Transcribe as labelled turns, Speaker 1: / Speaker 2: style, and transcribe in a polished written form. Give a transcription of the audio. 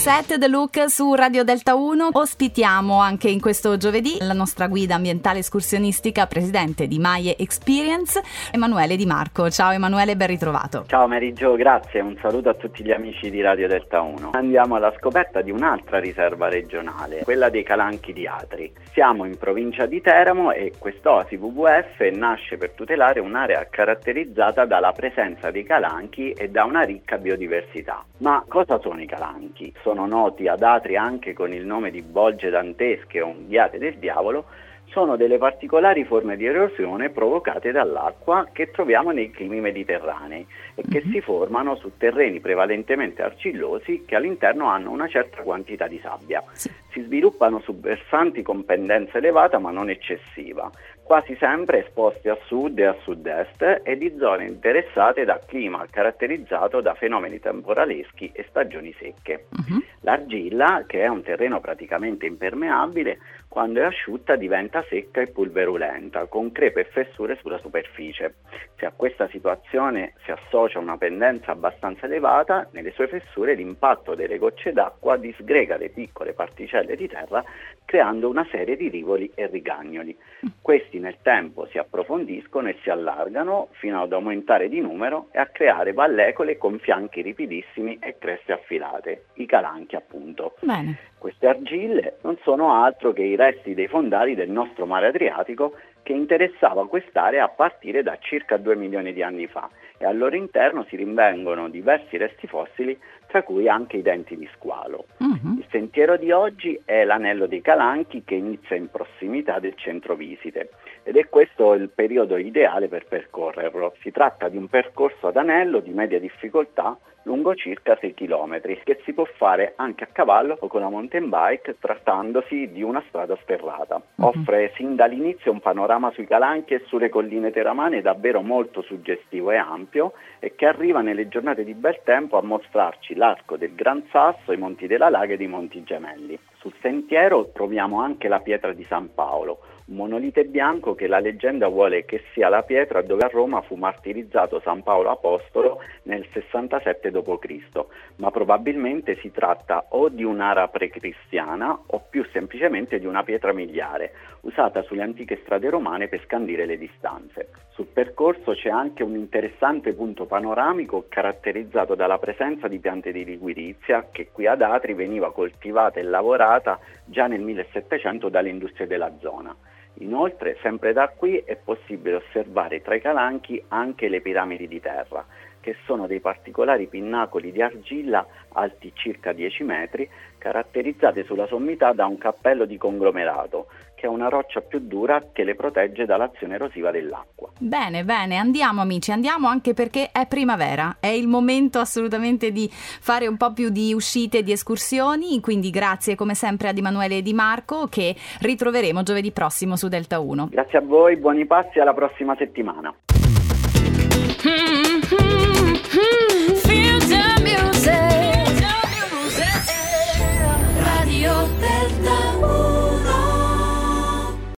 Speaker 1: Set The Look su Radio Delta 1. Ospitiamo anche in questo giovedì la nostra guida ambientale escursionistica, presidente di Maie Experience, Emanuele Di Marco. Ciao Emanuele, ben ritrovato.
Speaker 2: Ciao Mary Jo, grazie, un saluto a tutti gli amici di Radio Delta 1. Andiamo alla scoperta di un'altra riserva regionale, quella dei Calanchi di Atri. Siamo in provincia di Teramo e quest'oasi WWF nasce per tutelare un'area caratterizzata dalla presenza dei calanchi e da una ricca biodiversità. Ma cosa sono i calanchi? Sono noti ad Atri anche con il nome di bolge dantesche o unghiate del diavolo. Sono delle particolari forme di erosione provocate dall'acqua che troviamo nei climi mediterranei e che si formano su terreni prevalentemente arcillosi che all'interno hanno una certa quantità di sabbia. Si sviluppano su versanti con pendenza elevata ma non eccessiva, quasi sempre esposti a sud e a sud-est e di zone interessate da clima caratterizzato da fenomeni temporaleschi e stagioni secche. L'argilla, che è un terreno praticamente impermeabile, quando è asciutta diventa secca e pulverulenta, con crepe e fessure sulla superficie. Se a questa situazione si associa una pendenza abbastanza elevata, nelle sue fessure l'impatto delle gocce d'acqua disgrega le piccole particelle di terra, creando una serie di rivoli e rigagnoli. Questi nel tempo si approfondiscono e si allargano fino ad aumentare di numero e a creare vallecole con fianchi ripidissimi e creste affilate, i calanchi appunto.
Speaker 1: Bene.
Speaker 2: Queste argille non sono altro che i resti dei fondali del nostro mare Adriatico che interessava quest'area a partire da circa 2 milioni di anni fa e al loro interno si rinvengono diversi resti fossili, tra cui anche i denti di squalo. Il sentiero di oggi è l'Anello dei Calanchi che inizia in prossimità del centro visite ed è questo il periodo ideale per percorrerlo. Si tratta di un percorso ad anello di media difficoltà lungo circa 6 km che si può fare anche a cavallo o con la mountain bike trattandosi di una strada sterrata. Offre sin dall'inizio un panorama sui calanchi e sulle colline teramane davvero molto suggestivo e ampio e che arriva nelle giornate di bel tempo a mostrarci l'arco del Gran Sasso, i Monti della Laga ed i Monti Gemelli. Sul sentiero troviamo anche la pietra di San Paolo, un monolite bianco che la leggenda vuole che sia la pietra dove a Roma fu martirizzato San Paolo Apostolo nel 67 d.C., ma probabilmente si tratta o di un'ara precristiana o più semplicemente di una pietra miliare, usata sulle antiche strade romane per scandire le distanze. Sul percorso c'è anche un interessante punto panoramico caratterizzato dalla presenza di piante di liquirizia che qui ad Atri veniva coltivata e lavorata già nel 1700 dalle industrie della zona. Inoltre, sempre da qui è possibile osservare tra i calanchi anche le piramidi di terra, che sono dei particolari pinnacoli di argilla alti circa 10 metri, caratterizzate sulla sommità da un cappello di conglomerato, che è una roccia più dura che le protegge dall'azione erosiva dell'acqua.
Speaker 1: Bene, andiamo amici, andiamo anche perché è primavera, è il momento assolutamente di fare un po' più di uscite, di escursioni, quindi grazie come sempre ad Emanuele Di Marco che ritroveremo giovedì prossimo su Delta 1.
Speaker 2: Grazie a voi, buoni passi, alla prossima settimana.